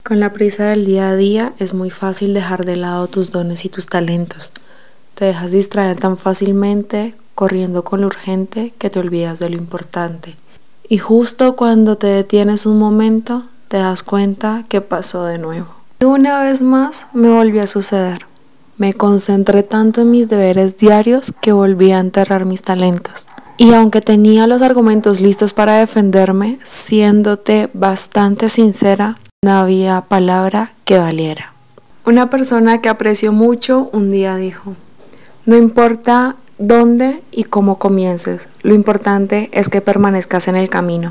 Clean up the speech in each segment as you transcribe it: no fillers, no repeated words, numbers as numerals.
Con la prisa del día a día es muy fácil dejar de lado tus dones y tus talentos. Te dejas distraer tan fácilmente corriendo con lo urgente que te olvidas de lo importante. Y justo cuando te detienes un momento, te das cuenta que pasó de nuevo. Y una vez más me volvió a suceder. Me concentré tanto en mis deberes diarios que volví a enterrar mis talentos. Y aunque tenía los argumentos listos para defenderme, siéndote bastante sincera, no había palabra que valiera. Una persona que aprecio mucho un día dijo: no importa dónde y cómo comiences, lo importante es que permanezcas en el camino.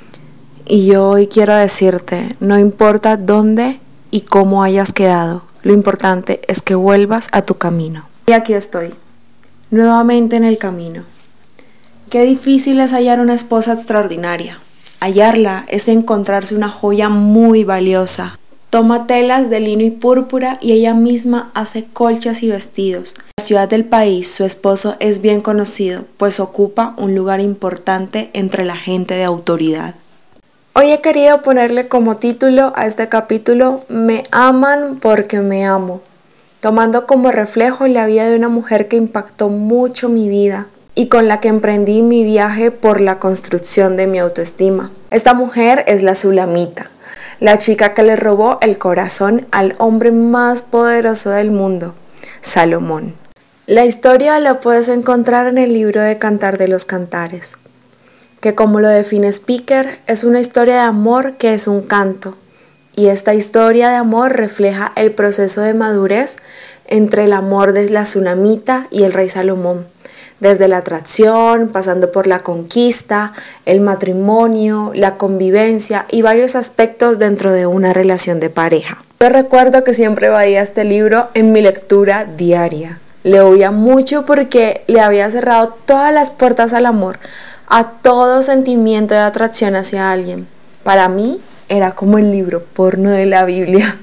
Y yo hoy quiero decirte, no importa dónde y cómo hayas quedado, lo importante es que vuelvas a tu camino. Y aquí estoy, nuevamente en el camino. Qué difícil es hallar una esposa extraordinaria. Hallarla es encontrarse una joya muy valiosa. Toma telas de lino y púrpura y ella misma hace colchas y vestidos. En la ciudad del país, su esposo es bien conocido, pues ocupa un lugar importante entre la gente de autoridad. Hoy he querido ponerle como título a este capítulo: Me aman porque me amo, tomando como reflejo la vida de una mujer que impactó mucho mi vida y con la que emprendí mi viaje por la construcción de mi autoestima. Esta mujer es la Sulamita, la chica que le robó el corazón al hombre más poderoso del mundo, Salomón. La historia la puedes encontrar en el libro de Cantar de los Cantares, que como lo define Speaker, es una historia de amor que es un canto. Y esta historia de amor refleja el proceso de madurez entre el amor de la Sulamita y el rey Salomón, desde la atracción, pasando por la conquista, el matrimonio, la convivencia y varios aspectos dentro de una relación de pareja. Yo recuerdo que siempre veía este libro en mi lectura diaria. Le oía mucho porque le había cerrado todas las puertas al amor, a todo sentimiento de atracción hacia alguien. Para mí era como el libro porno de la Biblia.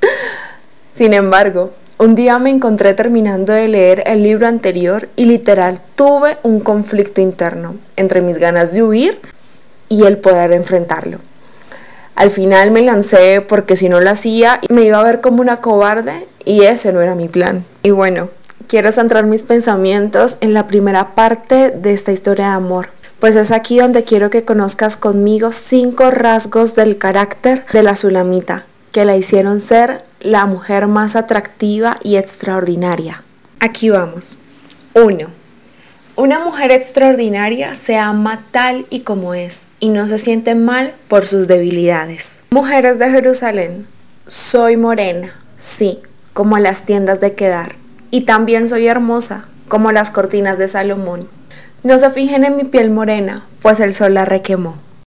Sin embargo, un día me encontré terminando de leer el libro anterior y literal tuve un conflicto interno entre mis ganas de huir y el poder enfrentarlo. Al final me lancé porque si no lo hacía me iba a ver como una cobarde y ese no era mi plan. Y bueno, quiero centrar mis pensamientos en la primera parte de esta historia de amor, pues es aquí donde quiero que conozcas conmigo 5 rasgos del carácter de la Sulamita que la hicieron ser la mujer más atractiva y extraordinaria. Aquí vamos. 1. Una mujer extraordinaria se ama tal y como es y no se siente mal por sus debilidades. Mujeres de Jerusalén, soy morena, sí, como las tiendas de Kedar, y también soy hermosa, como las cortinas de Salomón. No se fijen en mi piel morena, pues el sol la requemó.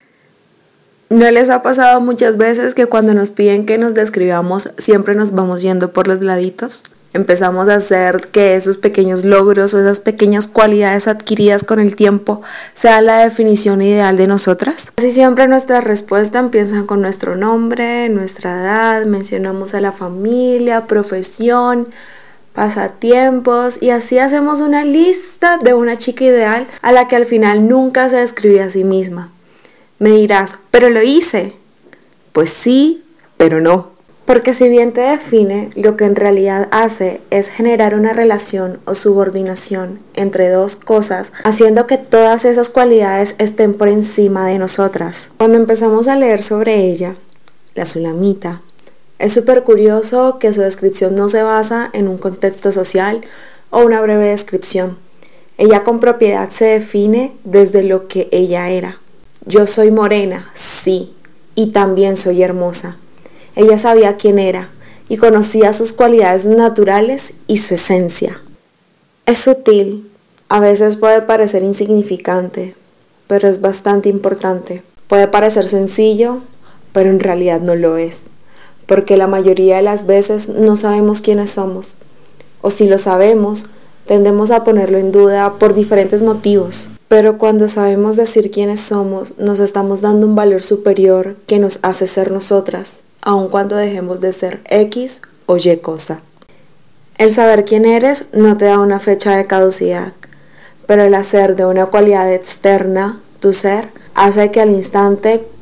¿No les ha pasado muchas veces que cuando nos piden que nos describamos siempre nos vamos yendo por los laditos? Empezamos a hacer que esos pequeños logros o esas pequeñas cualidades adquiridas con el tiempo sean la definición ideal de nosotras. Casi siempre nuestra respuesta empieza con nuestro nombre, nuestra edad, mencionamos a la familia, profesión, pasatiempos y así hacemos una lista de una chica ideal a la que al final nunca se describe a sí misma. Me dirás, ¿pero lo hice? Pues sí, pero no. Porque si bien te define, lo que en realidad hace es generar una relación o subordinación entre dos cosas, haciendo que todas esas cualidades estén por encima de nosotras. Cuando empezamos a leer sobre ella, la Sulamita, es súper curioso que su descripción no se basa en un contexto social o una breve descripción. Ella con propiedad se define desde lo que ella era. Yo soy morena, sí, y también soy hermosa. Ella sabía quién era y conocía sus cualidades naturales y su esencia. Es sutil, a veces puede parecer insignificante, pero es bastante importante. Puede parecer sencillo, pero en realidad no lo es, porque la mayoría de las veces no sabemos quiénes somos, o si lo sabemos, tendemos a ponerlo en duda por diferentes motivos. Pero cuando sabemos decir quiénes somos, nos estamos dando un valor superior que nos hace ser nosotras, aun cuando dejemos de ser X o Y cosa. El saber quién eres no te da una fecha de caducidad, pero el hacer de una cualidad externa tu ser hace que al instante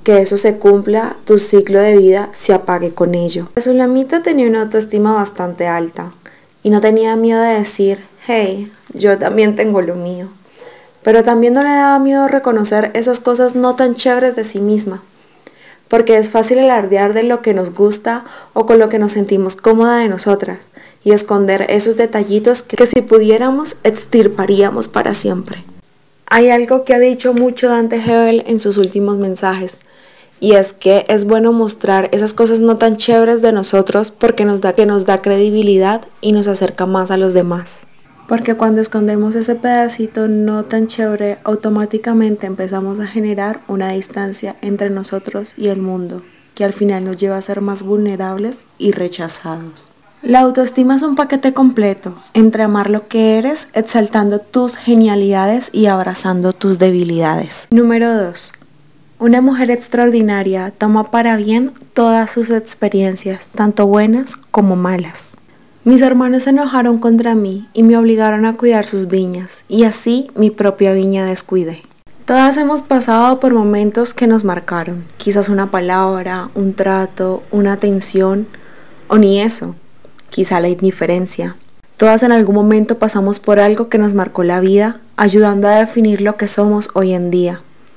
que eso se cumpla, tu ciclo de vida se apague con ello. La Sulamita tenía una autoestima bastante alta y no tenía miedo de decir, hey, yo también tengo lo mío. Pero también no le daba miedo reconocer esas cosas no tan chéveres de sí misma, porque es fácil alardear de lo que nos gusta o con lo que nos sentimos cómoda de nosotras y esconder esos detallitos que si pudiéramos extirparíamos para siempre. Hay algo que ha dicho mucho Dante Hebel en sus últimos mensajes, y es que es bueno mostrar esas cosas no tan chéveres de nosotros porque nos da credibilidad y nos acerca más a los demás. Porque cuando escondemos ese pedacito no tan chévere, automáticamente empezamos a generar una distancia entre nosotros y el mundo, que al final nos lleva a ser más vulnerables y rechazados. La autoestima es un paquete completo, entre amar lo que eres, exaltando tus genialidades y abrazando tus debilidades. Número 2. Una mujer extraordinaria toma para bien todas sus experiencias, tanto buenas como malas. Mis hermanos se enojaron contra mí y me obligaron a cuidar sus viñas, y así mi propia viña descuidé. Todas hemos pasado por momentos que nos marcaron, quizás una palabra, un trato, una atención, o ni eso, quizá la indiferencia. Todas en algún momento pasamos por algo que nos marcó la vida, ayudando a definir lo que somos hoy en día.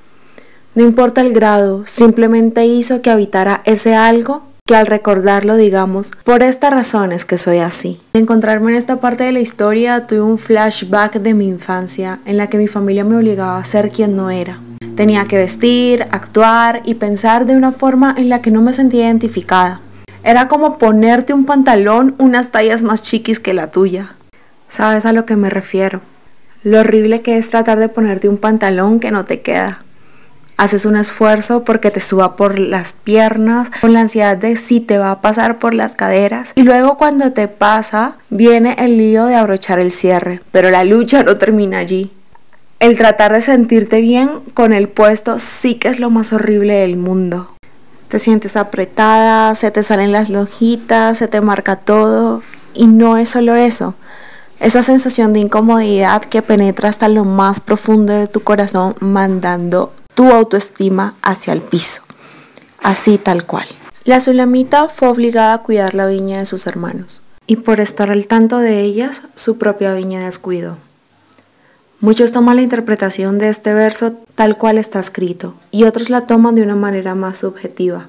No importa el grado, simplemente hizo que habitara ese algo que al recordarlo digamos, por esta razón es que soy así. Al encontrarme en esta parte de la historia tuve un flashback de mi infancia en la que mi familia me obligaba a ser quien no era. Tenía que vestir, actuar y pensar de una forma en la que no me sentía identificada. Era como ponerte un pantalón unas tallas más chiquis que la tuya. ¿Sabes a lo que me refiero? Lo horrible que es tratar de ponerte un pantalón que no te queda. Haces un esfuerzo porque te suba por las piernas, con la ansiedad de si te va a pasar por las caderas, y luego cuando te pasa, viene el lío de abrochar el cierre, pero la lucha no termina allí. El tratar de sentirte bien con el puesto sí que es lo más horrible del mundo. Te sientes apretada, se te salen las lonjitas, se te marca todo, y no es solo eso. Esa sensación de incomodidad que penetra hasta lo más profundo de tu corazón, mandando tu autoestima hacia el piso, así tal cual. La Sulamita fue obligada a cuidar la viña de sus hermanos, y por estar al tanto de ellas, su propia viña descuidó. Muchos toman la interpretación de este verso tal cual está escrito, y otros la toman de una manera más subjetiva.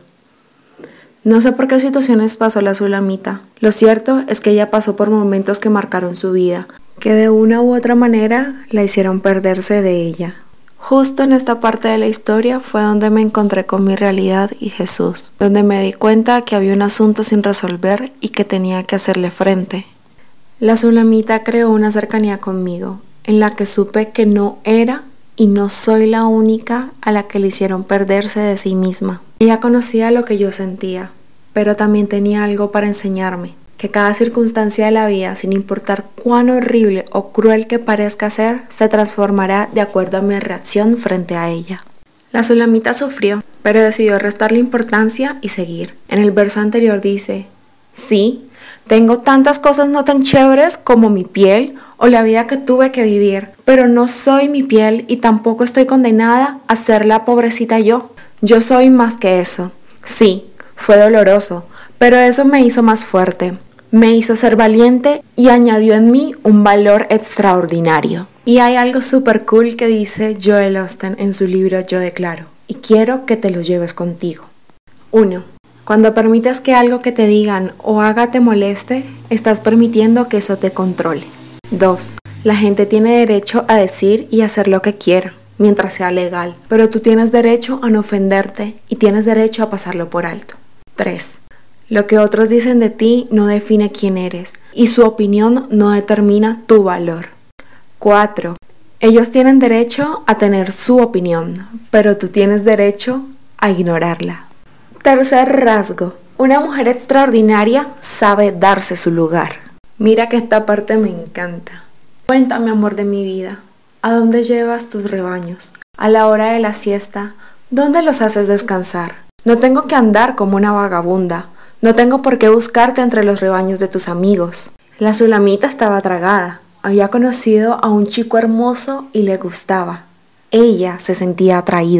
No sé por qué situaciones pasó la Sulamita. Lo cierto es que ella pasó por momentos que marcaron su vida, que de una u otra manera la hicieron perderse de ella. Justo en esta parte de la historia fue donde me encontré con mi realidad y Jesús, donde me di cuenta que había un asunto sin resolver y que tenía que hacerle frente. La Sulamita creó una cercanía conmigo, en la que supe que no era y no soy la única a la que le hicieron perderse de sí misma. Ella conocía lo que yo sentía, pero también tenía algo para enseñarme, que cada circunstancia de la vida, sin importar cuán horrible o cruel que parezca ser, se transformará de acuerdo a mi reacción frente a ella. La Sulamita sufrió, pero decidió restarle importancia y seguir. En el verso anterior dice, sí, tengo tantas cosas no tan chéveres como mi piel o la vida que tuve que vivir, pero no soy mi piel y tampoco estoy condenada a ser la pobrecita yo. Yo soy más que eso. Sí, fue doloroso, pero eso me hizo más fuerte. Me hizo ser valiente y añadió en mí un valor extraordinario. Y hay algo súper cool que dice Joel Osteen en su libro Yo Declaro, y quiero que te lo lleves contigo. 1. Cuando permites que algo que te digan o haga te moleste, estás permitiendo que eso te controle. 2. La gente tiene derecho a decir y hacer lo que quiera, mientras sea legal, pero tú tienes derecho a no ofenderte y tienes derecho a pasarlo por alto. 3. Lo que otros dicen de ti no define quién eres y su opinión no determina tu valor. 4. Ellos tienen derecho a tener su opinión, pero tú tienes derecho a ignorarla. Tercer rasgo. Una mujer extraordinaria sabe darse su lugar. Mira que esta parte me encanta. Cuéntame, amor de mi vida, ¿a dónde llevas tus rebaños? A la hora de la siesta, ¿dónde los haces descansar? No tengo que andar como una vagabunda. No tengo por qué buscarte entre los rebaños de tus amigos. La Sulamita estaba tragada. Había conocido a un chico hermoso y le gustaba. Ella se sentía atraída.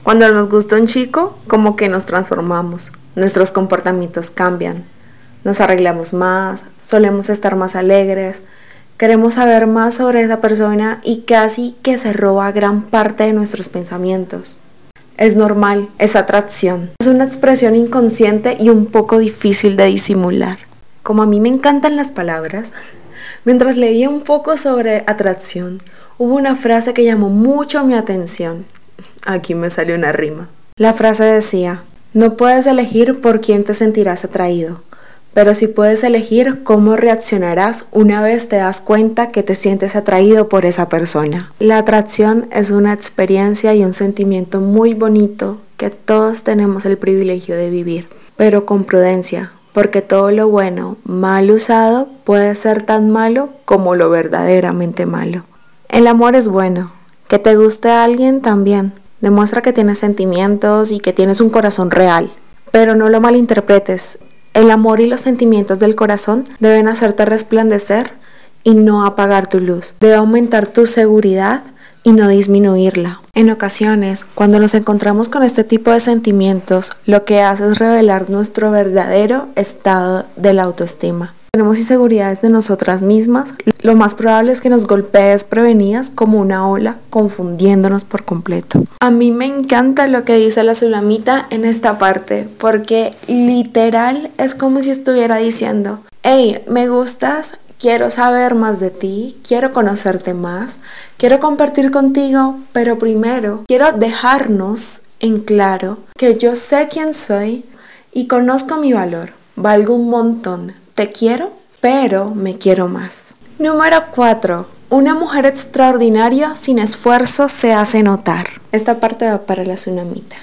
Cuando nos gusta un chico, como que nos transformamos, nuestros comportamientos cambian, nos arreglamos más, solemos estar más alegres, queremos saber más sobre esa persona y casi que se roba gran parte de nuestros pensamientos. Es normal, es atracción. Es una expresión inconsciente y un poco difícil de disimular. Como a mí me encantan las palabras, mientras leía un poco sobre atracción, hubo una frase que llamó mucho mi atención. Aquí me salió una rima. La frase decía: no puedes elegir por quién te sentirás atraído, pero sí puedes elegir cómo reaccionarás una vez te das cuenta que te sientes atraído por esa persona. La atracción es una experiencia y un sentimiento muy bonito que todos tenemos el privilegio de vivir, pero con prudencia, porque todo lo bueno, mal usado, puede ser tan malo como lo verdaderamente malo. El amor es bueno, que te guste a alguien también, demuestra que tienes sentimientos y que tienes un corazón real, pero no lo malinterpretes. El amor y los sentimientos del corazón deben hacerte resplandecer y no apagar tu luz. Debe aumentar tu seguridad y no disminuirla. En ocasiones, cuando nos encontramos con este tipo de sentimientos, lo que hace es revelar nuestro verdadero estado de la autoestima. Tenemos inseguridades de nosotras mismas, lo más probable es que nos golpees prevenidas como una ola, confundiéndonos por completo. A mí me encanta lo que dice la Sulamita en esta parte, porque literal es como si estuviera diciendo: hey, me gustas, quiero saber más de ti, quiero conocerte más, quiero compartir contigo, pero primero quiero dejarnos en claro que yo sé quién soy y conozco mi valor, valgo un montón. Te quiero, pero me quiero más. Número 4. Una mujer extraordinaria sin esfuerzo se hace notar. Esta parte va para la Tsunamita.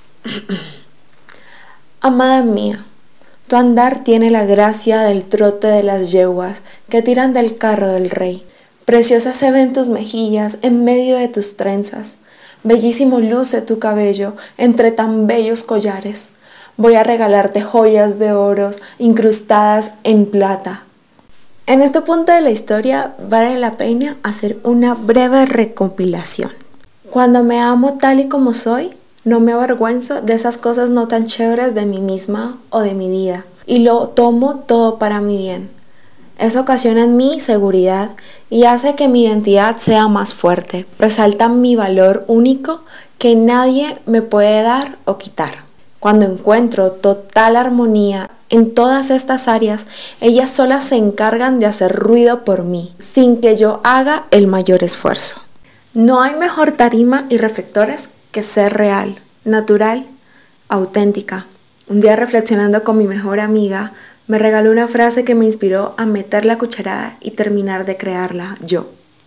Amada mía, tu andar tiene la gracia del trote de las yeguas que tiran del carro del rey. Preciosa se ven tus mejillas en medio de tus trenzas. Bellísimo luce tu cabello entre tan bellos collares. Voy a regalarte joyas de oros incrustadas en plata. En este punto de la historia vale la pena hacer una breve recopilación. Cuando me amo tal y como soy, no me avergüenzo de esas cosas no tan chéveres de mí misma o de mi vida, y lo tomo todo para mi bien. Eso ocasiona en mí seguridad y hace que mi identidad sea más fuerte. Resalta mi valor único que nadie me puede dar o quitar. Cuando encuentro total armonía en todas estas áreas, ellas solas se encargan de hacer ruido por mí, sin que yo haga el mayor esfuerzo. No hay mejor tarima y reflectores que ser real, natural, auténtica. Un día reflexionando con mi mejor amiga, me regaló una frase que me inspiró a meter la cucharada y terminar de crearla yo.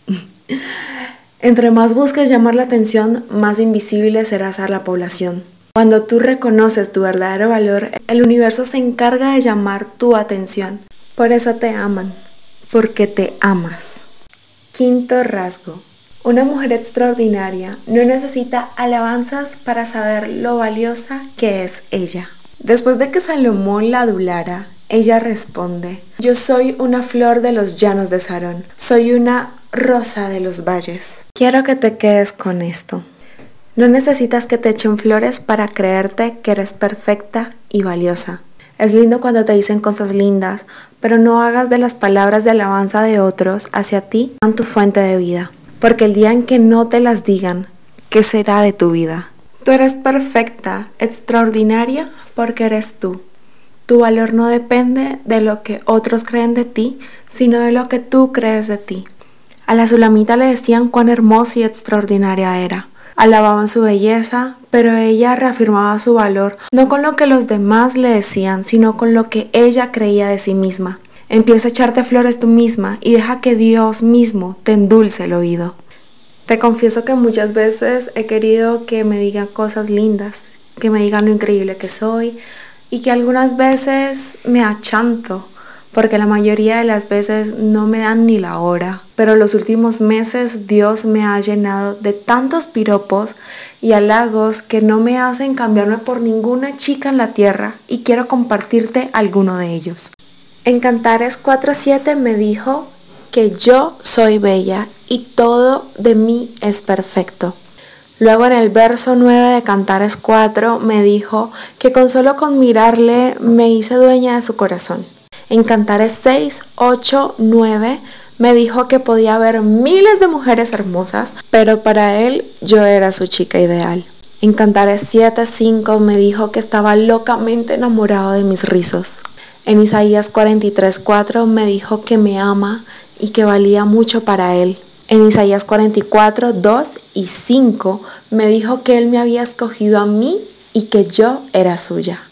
Entre más busques llamar la atención, más invisible serás a la población. Cuando tú reconoces tu verdadero valor, el universo se encarga de llamar tu atención. Por eso te aman, porque te amas. Quinto rasgo. Una mujer extraordinaria no necesita alabanzas para saber lo valiosa que es ella. Después de que Salomón la adulara, ella responde: yo soy una flor de los llanos de Sarón, soy una rosa de los valles. Quiero que te quedes con esto. No necesitas que te echen flores para creerte que eres perfecta y valiosa. Es lindo cuando te dicen cosas lindas, pero no hagas de las palabras de alabanza de otros hacia ti tu fuente de vida. Porque el día en que no te las digan, ¿qué será de tu vida? Tú eres perfecta, extraordinaria, porque eres tú. Tu valor no depende de lo que otros creen de ti, sino de lo que tú crees de ti. A la Sulamita le decían cuán hermosa y extraordinaria era. Alababan su belleza, pero ella reafirmaba su valor, no con lo que los demás le decían, sino con lo que ella creía de sí misma. Empieza a echarte flores tú misma y deja que Dios mismo te endulce el oído. Te confieso que muchas veces he querido que me digan cosas lindas, que me digan lo increíble que soy, y que algunas veces me achanto, porque la mayoría de las veces no me dan ni la hora. Pero los últimos meses Dios me ha llenado de tantos piropos y halagos que no me hacen cambiarme por ninguna chica en la tierra, y quiero compartirte alguno de ellos. En Cantares 4:7 me dijo que yo soy bella y todo de mí es perfecto. Luego en el verso 9 de Cantares 4 me dijo que con mirarle me hice dueña de su corazón. En Cantares 6, 8, 9 me dijo que podía haber miles de mujeres hermosas, pero para él yo era su chica ideal. En Cantares 7, 5 me dijo que estaba locamente enamorado de mis rizos. En Isaías 43, 4 me dijo que me ama y que valía mucho para él. En Isaías 44, 2 y 5 me dijo que él me había escogido a mí y que yo era suya.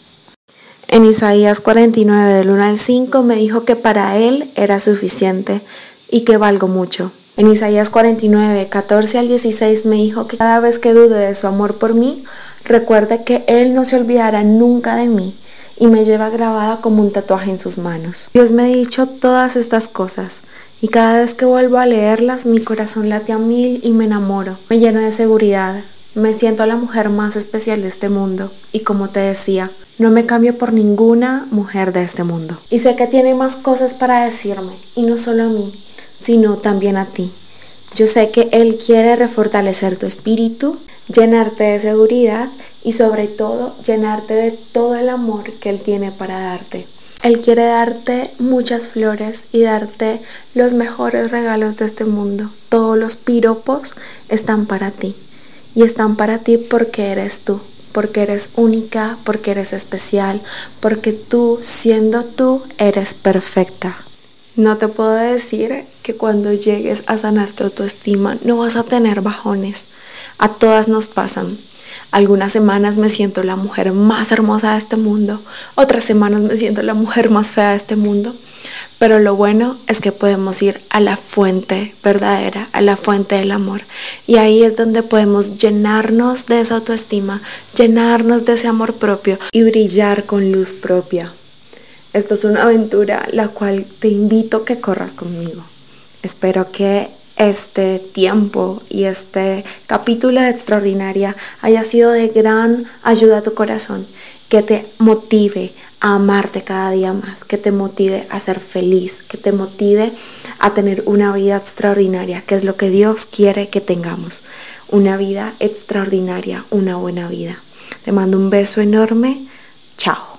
En Isaías 49 del 1 al 5 me dijo que para él era suficiente y que valgo mucho. En Isaías 49, 14 al 16 me dijo que cada vez que dude de su amor por mí, recuerde que él no se olvidará nunca de mí y me lleva grabada como un tatuaje en sus manos. Dios me ha dicho todas estas cosas y cada vez que vuelvo a leerlas mi corazón late a 1000 y me enamoro. Me lleno de seguridad. Me siento la mujer más especial de este mundo y como te decía, no me cambio por ninguna mujer de este mundo. Y sé que tiene más cosas para decirme y no solo a mí, sino también a ti. Yo sé que Él quiere refortalecer tu espíritu, llenarte de seguridad y sobre todo llenarte de todo el amor que Él tiene para darte. Él quiere darte muchas flores y darte los mejores regalos de este mundo. Todos los piropos están para ti. Y están para ti porque eres tú, porque eres única, porque eres especial, porque tú, siendo tú, eres perfecta. No te puedo decir que cuando llegues a sanar tu autoestima no vas a tener bajones. A todas nos pasan. Algunas semanas me siento la mujer más hermosa de este mundo, otras semanas me siento la mujer más fea de este mundo. Pero lo bueno es que podemos ir a la fuente verdadera, a la fuente del amor. Y ahí es donde podemos llenarnos de esa autoestima, llenarnos de ese amor propio y brillar con luz propia. Esto es una aventura la cual te invito a que corras conmigo. Espero que este tiempo y este capítulo de Extraordinaria haya sido de gran ayuda a tu corazón, que te motive a amarte cada día más, que te motive a ser feliz, que te motive a tener una vida extraordinaria, que es lo que Dios quiere que tengamos. Una vida extraordinaria, una buena vida. Te mando un beso enorme. Chao.